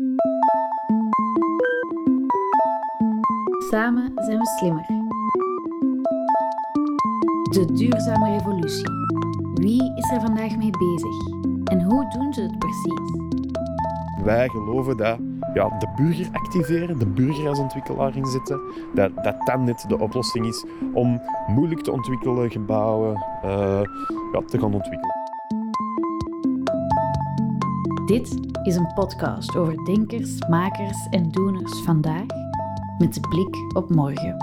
Samen zijn we slimmer. De duurzame revolutie. Wie is er vandaag mee bezig? En hoe doen ze het precies? Wij geloven dat de burger activeren, de burger als ontwikkelaar inzetten, dat net de oplossing is om moeilijk te ontwikkelen gebouwen te gaan ontwikkelen. Dit is een podcast over denkers, makers en doeners vandaag, met de blik op morgen.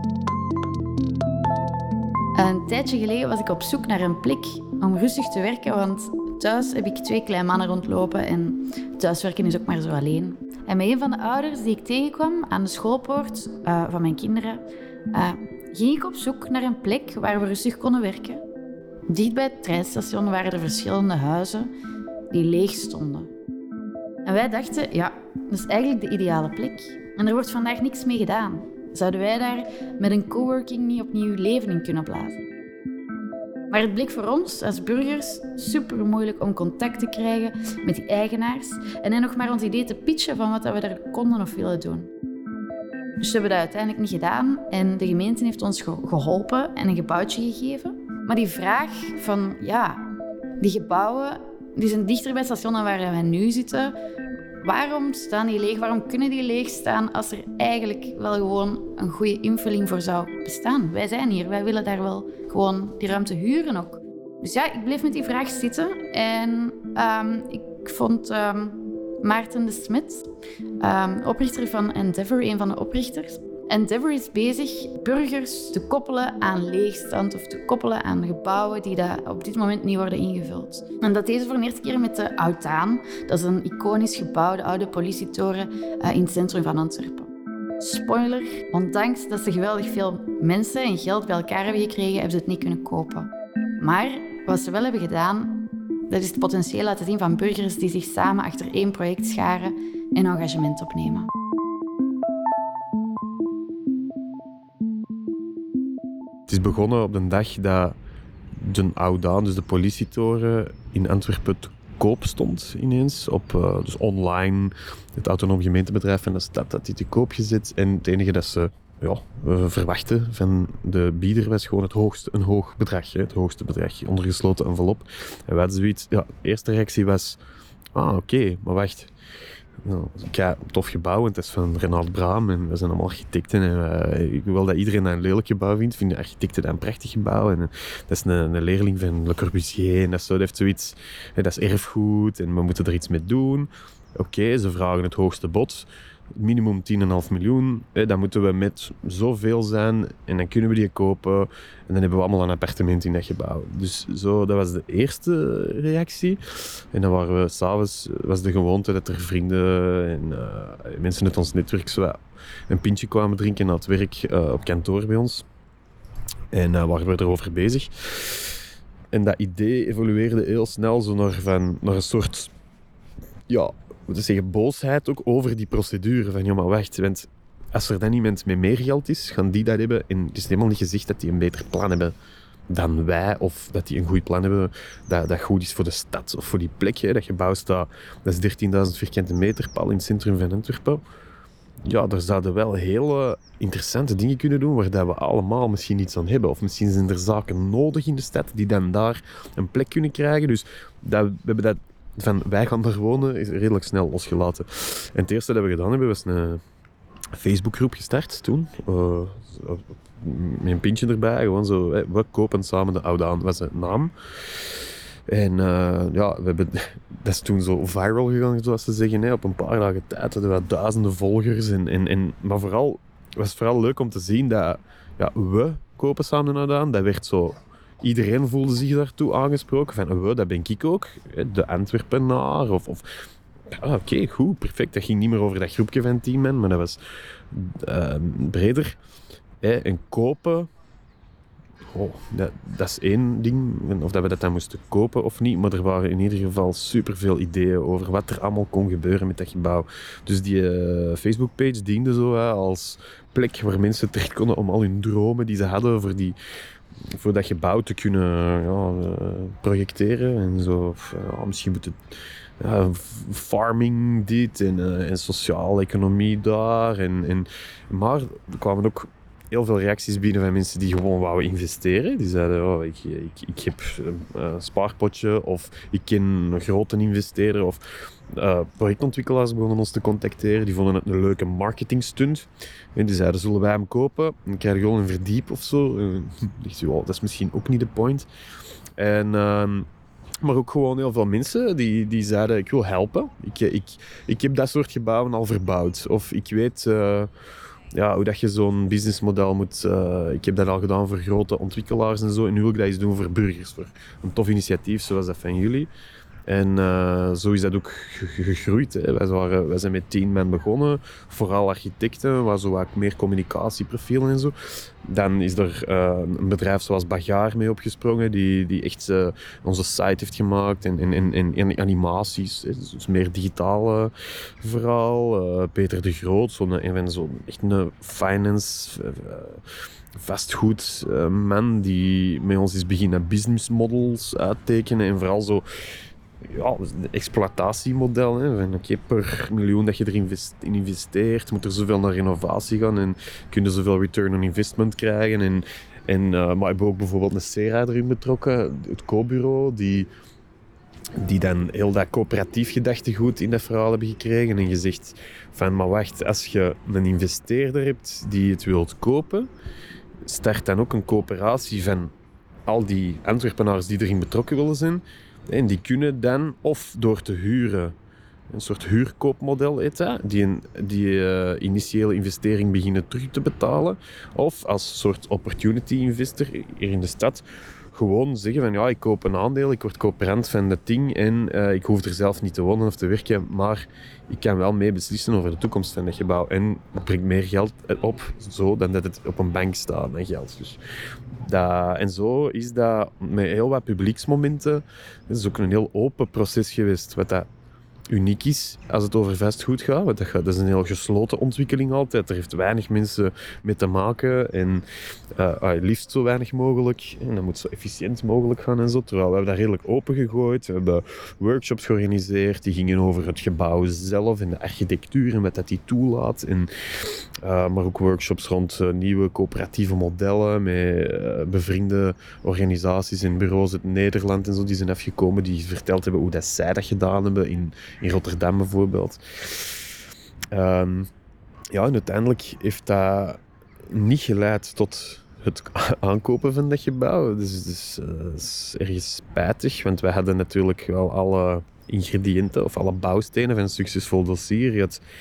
Een tijdje geleden was ik op zoek naar een plek om rustig te werken, want thuis heb ik 2 kleine mannen rondlopen en thuiswerken is ook maar zo alleen. En met een van de ouders die ik tegenkwam aan de schoolpoort van mijn kinderen, ging ik op zoek naar een plek waar we rustig konden werken. Dicht bij het treinstation waren er verschillende huizen die leeg stonden. En wij dachten, dat is eigenlijk de ideale plek. En er wordt vandaag niks mee gedaan. Zouden wij daar met een coworking niet opnieuw leven in kunnen blazen? Maar het bleek voor ons als burgers super moeilijk om contact te krijgen met die eigenaars en nog maar ons idee te pitchen van wat we daar konden of willen doen. Dus we hebben dat uiteindelijk niet gedaan en de gemeente heeft ons geholpen en een gebouwtje gegeven. Maar die vraag van, die gebouwen die zijn dichter bij het station dan waar wij nu zitten. Waarom staan die leeg? Waarom kunnen die leeg staan als er eigenlijk wel gewoon een goede invulling voor zou bestaan? Wij zijn hier, wij willen daar wel gewoon die ruimte huren ook. Dus ik bleef met die vraag zitten en ik vond Maarten de Smet, oprichter van Endeavour, een van de oprichters. Endeavour is bezig burgers te koppelen aan leegstand of te koppelen aan gebouwen die daar op dit moment niet worden ingevuld. En dat deden ze voor de eerste keer met de Oudaan. Dat is een iconisch gebouw, de oude politietoren in het centrum van Antwerpen. Spoiler, ondanks dat ze geweldig veel mensen en geld bij elkaar hebben gekregen, hebben ze het niet kunnen kopen. Maar wat ze wel hebben gedaan, dat is het potentieel laten zien van burgers die zich samen achter één project scharen en engagement opnemen. Het is begonnen op de dag dat de Oudaan, dus de politietoren in Antwerpen, te koop stond ineens. Dus online, het autonoom gemeentebedrijf van de stad had die te koop gezet. En het enige dat ze verwachten van de bieder was gewoon een hoog bedrag. Het hoogste bedrag, onder gesloten envelop. En wij hadden zoiets, de eerste reactie was, oké, maar wacht. Een tof gebouw, het is van Renald Braam en we zijn allemaal architecten. En ik wil dat iedereen dat een lelijk gebouw vindt. Vinden architecten dat een prachtig gebouw. En dat is een leerling van Le Corbusier en dat heeft zoiets. Dat is erfgoed en we moeten er iets mee doen. Oké, ze vragen het hoogste bod. Minimum 10,5 miljoen. Dan moeten we met zoveel zijn en dan kunnen we die kopen. En dan hebben we allemaal een appartement in dat gebouw. Dus dat was de eerste reactie. En dan waren we s'avonds, was de gewoonte dat er vrienden en mensen uit ons netwerk zo een pintje kwamen drinken na het werk op kantoor bij ons. En waren we erover bezig. En dat idee evolueerde heel snel zo naar een soort, boosheid ook over die procedure. Van, maar wacht, want als er dan iemand met meer geld is, gaan die dat hebben. En het is helemaal niet gezegd dat die een beter plan hebben dan wij, of dat die een goed plan hebben dat goed is voor de stad of voor die plek. Hè. Dat gebouw staat, dat is 13.000 vierkante meter, pal in het centrum van Antwerpen. Ja, daar zouden wel hele interessante dingen kunnen doen waar dat we allemaal misschien iets aan hebben. Of misschien zijn er zaken nodig in de stad die dan daar een plek kunnen krijgen. Dus we hebben dat van wij gaan daar wonen is redelijk snel losgelaten. En het eerste dat we gedaan hebben was een Facebookgroep gestart toen. Met een pintje erbij. Gewoon zo, we kopen samen de Oudaan, was de naam. En dat is toen zo viral gegaan, zoals ze zeggen. Op een paar dagen tijd hadden we duizenden volgers. Maar vooral was het vooral leuk om te zien dat we kopen samen de Oudaan. Dat werd zo. Iedereen voelde zich daartoe aangesproken. Van, dat ben ik ook. De Antwerpenaar. Oké, goed, perfect. Dat ging niet meer over dat groepje van 10 man, maar dat was breder. En kopen, dat is één ding. Of dat we dat dan moesten kopen of niet. Maar er waren in ieder geval superveel ideeën over wat er allemaal kon gebeuren met dat gebouw. Dus die Facebookpage diende zo als plek waar mensen terecht konden om al hun dromen die ze hadden voor dat gebouw te kunnen projecteren. En zo, misschien moet het farming dit en sociale economie daar. Maar er kwamen ook heel veel reacties binnen van mensen die gewoon wouden investeren. Die zeiden, ik heb een spaarpotje of ik ken een grote investeerder. Of projectontwikkelaars begonnen ons te contacteren. Die vonden het een leuke marketingstunt. En die zeiden, zullen wij hem kopen? Dan krijg je gewoon een verdiep of zo. Dat is misschien ook niet de point. Maar ook gewoon heel veel mensen die zeiden, ik wil helpen. Ik heb dat soort gebouwen al verbouwd. Of ik weet hoe dat je zo'n businessmodel moet... ik heb dat al gedaan voor grote ontwikkelaars en zo. En nu wil ik dat eens doen voor burgers. Voor een tof initiatief zoals dat van jullie. En zo is dat ook gegroeid. Hè. Wij zijn met 10 man begonnen. Vooral architecten, waar zo wat meer communicatieprofielen en zo. Dan is er een bedrijf zoals Bagaar mee opgesprongen, die echt onze site heeft gemaakt en animaties. Hè. Dus meer digitaal verhaal. Peter de Groot, echt een finance... vastgoedman die met ons is beginnen business models uittekenen en vooral zo een exploitatiemodel. Hè. Per miljoen dat je erin investeert, moet er zoveel naar renovatie gaan en kun je zoveel return on investment krijgen. Maar we hebben ook bijvoorbeeld een CERA erin betrokken, het co-bureau, die dan heel dat coöperatief gedachtegoed in dat verhaal hebben gekregen en gezegd van, maar wacht, als je een investeerder hebt die het wilt kopen, start dan ook een coöperatie van al die Antwerpenaars die erin betrokken willen zijn. En die kunnen dan, of door te huren, een soort huurkoopmodel heet dat, die initiële investering beginnen terug te betalen. Of als soort opportunity investor hier in de stad gewoon zeggen van ik koop een aandeel, ik word coöperant van dat ding en ik hoef er zelf niet te wonen of te werken, maar ik kan wel mee beslissen over de toekomst van dat gebouw. En het brengt meer geld op zo dan dat het op een bank staat met geld. Dus en zo is dat met heel wat publieksmomenten. Het is ook een heel open proces geweest, wat dat uniek is als het over vastgoed gaat. Want dat is een heel gesloten ontwikkeling altijd. Er heeft weinig mensen mee te maken. En liefst zo weinig mogelijk. En dat moet zo efficiënt mogelijk gaan en zo. Terwijl we hebben dat redelijk open gegooid. We hebben workshops georganiseerd. Die gingen over het gebouw zelf en de architectuur en wat dat die toelaat. Maar ook workshops rond nieuwe coöperatieve modellen met bevriende organisaties en bureaus uit Nederland en zo. Die zijn afgekomen, die verteld hebben hoe dat zij dat gedaan hebben in Rotterdam bijvoorbeeld. En uiteindelijk heeft dat niet geleid tot het aankopen van dat gebouw. Dus dat is ergens spijtig, want wij hadden natuurlijk wel alle ingrediënten of alle bouwstenen van een succesvol dossier. Je had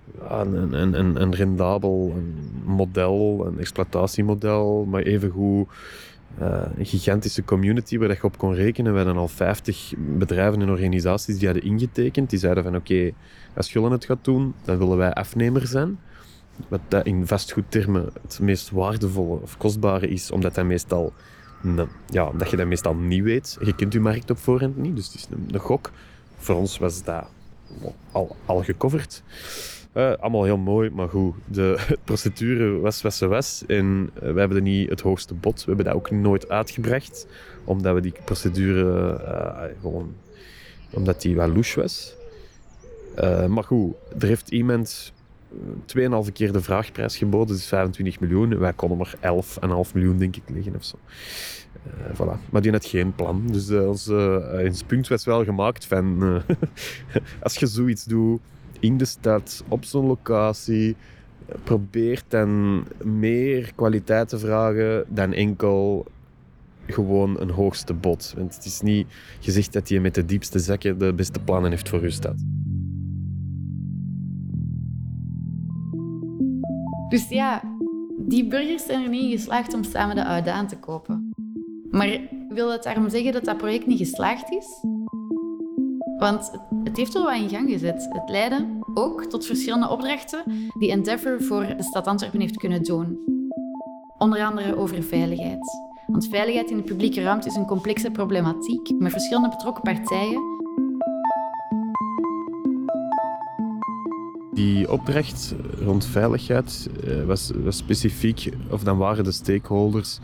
een rendabel model, een exploitatiemodel, maar evengoed een gigantische community waar je op kon rekenen. We hadden al 50 bedrijven en organisaties die hadden ingetekend. Die zeiden van oké, als Gullen het gaat doen, dan willen wij afnemer zijn. Wat dat in vastgoedtermen het meest waardevolle of kostbare is, omdat dat meestal, omdat je dat meestal niet weet. Je kent je markt op voorhand niet, dus het is een gok. Voor ons was dat al gecoverd. Allemaal heel mooi, maar goed. De procedure was wat ze was. En we hebben niet het hoogste bod. We hebben dat ook nooit uitgebracht. Omdat we die procedure omdat die wel louche was. Maar goed, er heeft iemand 2,5 keer de vraagprijs geboden. Dus 25 miljoen. Wij konden maar 11,5 miljoen denk ik liggen of zo. Voilà. Maar die had geen plan. Dus ons punt was wel gemaakt van... als je zoiets doet in de stad, op zo'n locatie, probeer dan meer kwaliteit te vragen dan enkel gewoon een hoogste bod. Want het is niet gezegd dat je met de diepste zakken de beste plannen heeft voor je stad. Dus ja, die burgers zijn er niet in geslaagd om samen de Oude aan te kopen. Maar wil dat daarom zeggen dat dat project niet geslaagd is? Want het heeft wel wat in gang gezet. Het leidde ook tot verschillende opdrachten die Endeavour voor de stad Antwerpen heeft kunnen doen. Onder andere over veiligheid. Want veiligheid in de publieke ruimte is een complexe problematiek met verschillende betrokken partijen. Die opdracht rond veiligheid was specifiek, of dan waren de stakeholders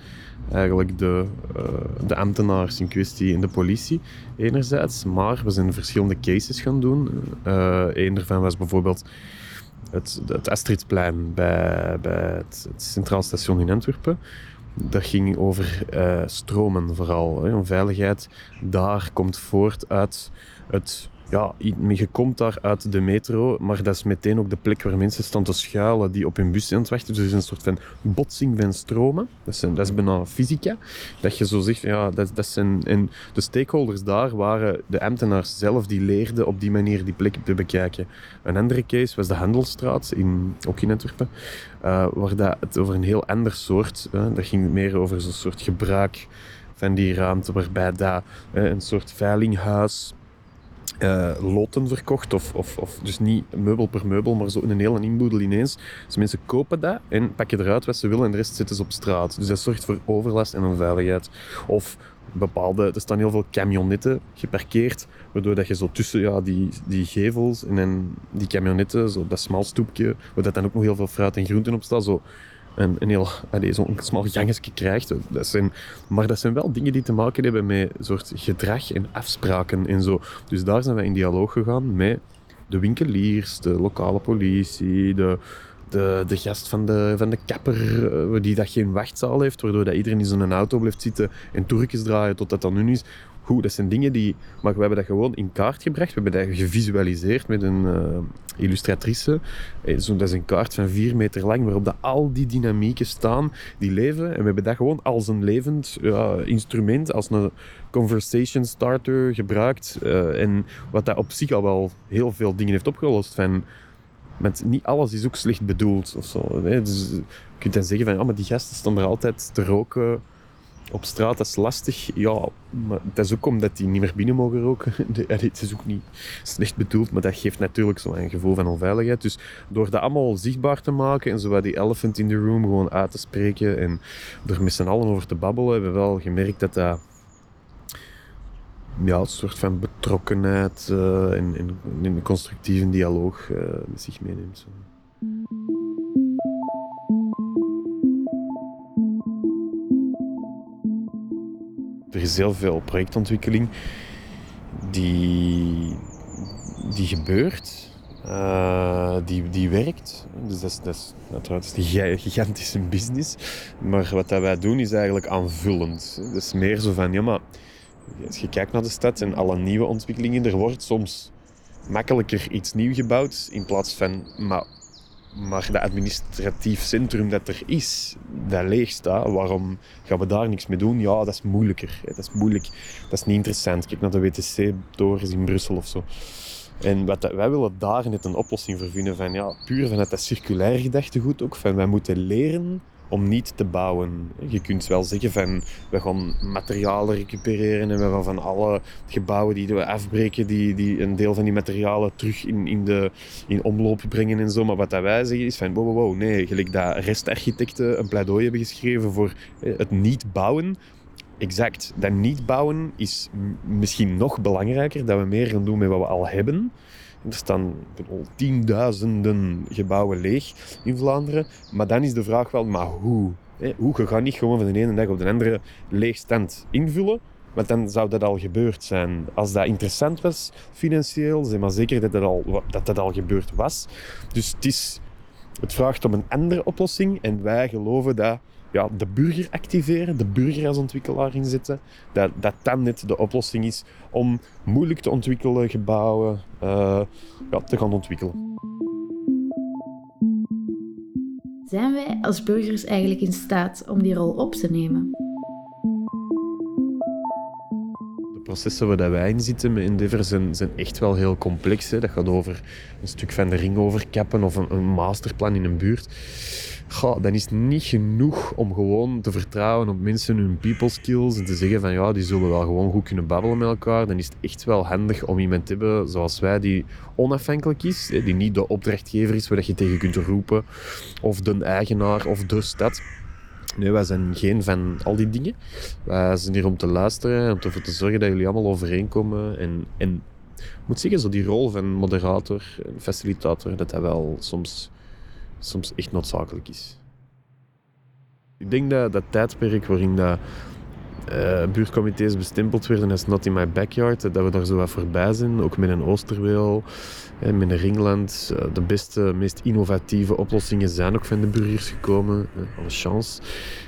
eigenlijk de ambtenaars in kwestie en de politie enerzijds. Maar we zijn verschillende cases gaan doen. Eén daarvan was bijvoorbeeld het Astridsplein bij het Centraal Station in Antwerpen. Dat ging over stromen vooral. Hè. Veiligheid daar komt voort uit het... Ja, je komt daar uit de metro, maar dat is meteen ook de plek waar mensen staan te schuilen die op hun bus zijn aan het wachten. Dus er is een soort van botsing van stromen. Dat is bijna fysica. Dat je zo zegt, ja, dat zijn... En de stakeholders daar waren de ambtenaars zelf die leerden op die manier die plek te bekijken. Een andere case was de Handelstraat, ook in Antwerpen, waar het over een heel ander soort... dat ging meer over zo'n soort gebruik van die ruimte, waarbij dat een soort veilinghuis... loten verkocht, of dus niet meubel per meubel, maar zo in een hele inboedel ineens. Dus mensen kopen dat en pakken eruit wat ze willen en de rest zetten ze op straat. Dus dat zorgt voor overlast en onveiligheid. Of er staan heel veel camionetten geparkeerd, waardoor dat je zo tussen die gevels en die camionetten, zo dat smal stoepje, waar dat dan ook nog heel veel fruit en groenten op staat, zo zo'n smal gangetje krijgt. Maar dat zijn wel dingen die te maken hebben met een soort gedrag en afspraken en zo. Dus daar zijn we in dialoog gegaan met de winkeliers, de lokale politie, de gast van de kapper, die dat geen wachtzaal heeft, waardoor dat iedereen in zijn auto blijft zitten en toertjes draaien tot dat dan nu is. Goed, dat zijn dingen maar we hebben dat gewoon in kaart gebracht. We hebben dat gevisualiseerd met een illustratrice. Dat is een kaart van 4 meter lang, waarop dat al die dynamieken staan, die leven. En we hebben dat gewoon als een levend instrument, als een conversation starter gebruikt. En wat dat op zich al wel heel veel dingen heeft opgelost. Met niet alles is ook slecht bedoeld of zo. Hè. Dus je kunt dan zeggen van, maar die gasten staan er altijd te roken op straat, dat is lastig. Ja, maar dat is ook omdat die niet meer binnen mogen roken. Het is ook niet slecht bedoeld, maar dat geeft natuurlijk zo'n gevoel van onveiligheid. Dus door dat allemaal zichtbaar te maken en zo die elephant in the room gewoon uit te spreken en er met z'n allen over te babbelen, hebben we wel gemerkt dat dat een soort van betrokkenheid en een constructieve dialoog met zich meeneemt. Zo. Er is heel veel projectontwikkeling die gebeurt, die werkt. Dus dat is uiteraard een gigantische business. Maar wat dat wij doen is eigenlijk aanvullend. Dat is meer zo van, maar als je kijkt naar de stad en alle nieuwe ontwikkelingen, er wordt soms makkelijker iets nieuw gebouwd in plaats van... Maar dat administratief centrum dat er is, dat leeg staat, waarom gaan we daar niks mee doen? Ja, dat is moeilijker. Dat is moeilijk. Dat is niet interessant. Kijk naar de WTC-torens in Brussel of zo. En wij willen daar net een oplossing voor vinden van, puur vanuit dat circulair gedachtegoed ook, van wij moeten leren om niet te bouwen. Je kunt wel zeggen van, we gaan materialen recupereren en we gaan van alle gebouwen die we afbreken, die een deel van die materialen terug in omloop brengen en zo. Maar wat dat wij zeggen is van, wow, nee, gelijk dat restarchitecten een pleidooi hebben geschreven voor het niet bouwen. Exact, dat niet bouwen is misschien nog belangrijker, dat we meer gaan doen met wat we al hebben. Er staan tienduizenden gebouwen leeg in Vlaanderen. Maar dan is de vraag wel, maar hoe? Hoe? Je gaat niet gewoon van de ene dag op de andere leegstand invullen. Want dan zou dat al gebeurd zijn. Als dat interessant was, financieel, zeg maar zeker dat al gebeurd was. Dus het vraagt om een andere oplossing. En wij geloven dat de burger activeren, de burger als ontwikkelaar inzetten, dat dan net de oplossing is om moeilijk te ontwikkelen gebouwen te gaan ontwikkelen. Zijn wij als burgers eigenlijk in staat om die rol op te nemen? De processen waar wij in zitten met Endeavour zijn echt wel heel complex. Hè. Dat gaat over een stuk van de ring overkappen of een masterplan in een buurt. Dan is het niet genoeg om gewoon te vertrouwen op mensen hun people skills en te zeggen van die zullen wel gewoon goed kunnen babbelen met elkaar. Dan is het echt wel handig om iemand te hebben zoals wij die onafhankelijk is, die niet de opdrachtgever is waar je tegen kunt roepen of de eigenaar of de stad. Nee, wij zijn geen van al die dingen. Wij zijn hier om te luisteren, om ervoor te zorgen dat jullie allemaal overeenkomen. En ik moet zeggen, zo die rol van moderator en facilitator, dat wel soms echt noodzakelijk is. Ik denk dat tijdperk waarin dat buurtcomité's bestempeld werden als not in my backyard, dat we daar zo wat voorbij zijn, ook met een Oosterweel, met een Ringland. De beste, meest innovatieve oplossingen zijn ook van de burgers gekomen. Alle chance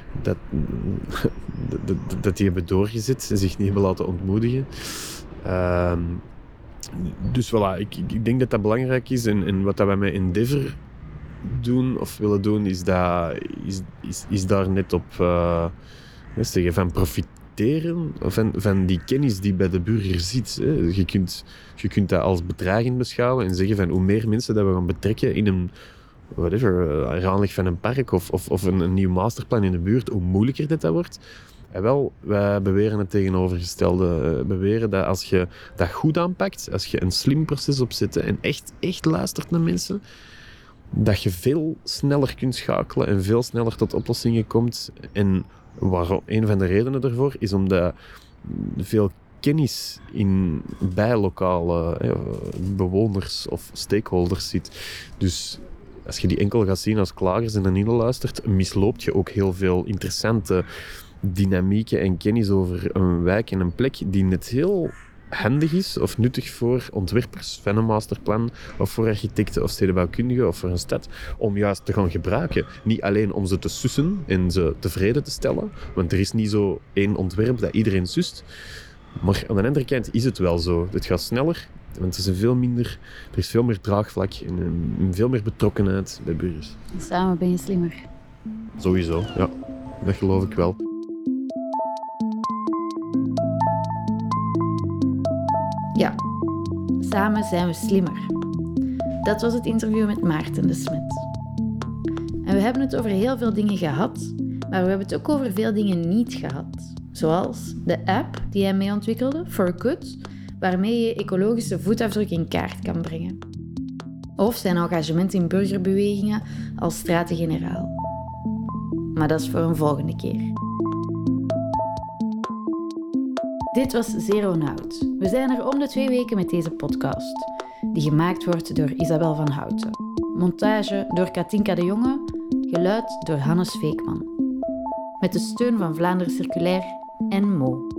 dat die hebben doorgezet en zich niet hebben laten ontmoedigen. Dus voilà, ik denk dat dat belangrijk is. En wat dat wij met Endeavour doen of willen doen, is daar net op zeggen, van profiteren van die kennis die bij de burger zit. Hè. Je kunt dat als bedreigend beschouwen en zeggen van hoe meer mensen dat we gaan betrekken in een aanleg van een park of een nieuw masterplan in de buurt, hoe moeilijker dat wordt. En wel, wij beweren het tegenovergestelde. We beweren dat als je dat goed aanpakt, als je een slim proces opzet en echt luistert naar mensen, dat je veel sneller kunt schakelen en veel sneller tot oplossingen komt. En een van de redenen daarvoor is omdat veel kennis bij lokale bewoners of stakeholders zit. Dus als je die enkel gaat zien als klagers en dan niet luistert, misloopt je ook heel veel interessante dynamieken en kennis over een wijk en een plek die net heel handig is of nuttig voor ontwerpers van een masterplan of voor architecten of stedenbouwkundigen of voor een stad om juist te gaan gebruiken. Niet alleen om ze te sussen en ze tevreden te stellen, want er is niet zo één ontwerp dat iedereen sust. Maar aan de andere kant is het wel zo. Het gaat sneller, want er is veel meer draagvlak en veel meer betrokkenheid bij burgers. Samen ben je slimmer. Sowieso, ja. Dat geloof ik wel. Ja, samen zijn we slimmer. Dat was het interview met Maarten de Smet. En we hebben het over heel veel dingen gehad, maar we hebben het ook over veel dingen niet gehad. Zoals de app die hij mee ontwikkelde, For Good, waarmee je ecologische voetafdruk in kaart kan brengen. Of zijn engagement in burgerbewegingen als Straten-Generaal. Maar dat is voor een volgende keer. Dit was Zero Nout. We zijn er om de 2 weken met deze podcast, die gemaakt wordt door Isabel van Houten. Montage door Katinka de Jonge, geluid door Hannes Veekman. Met de steun van Vlaanderen Circulair en Mo.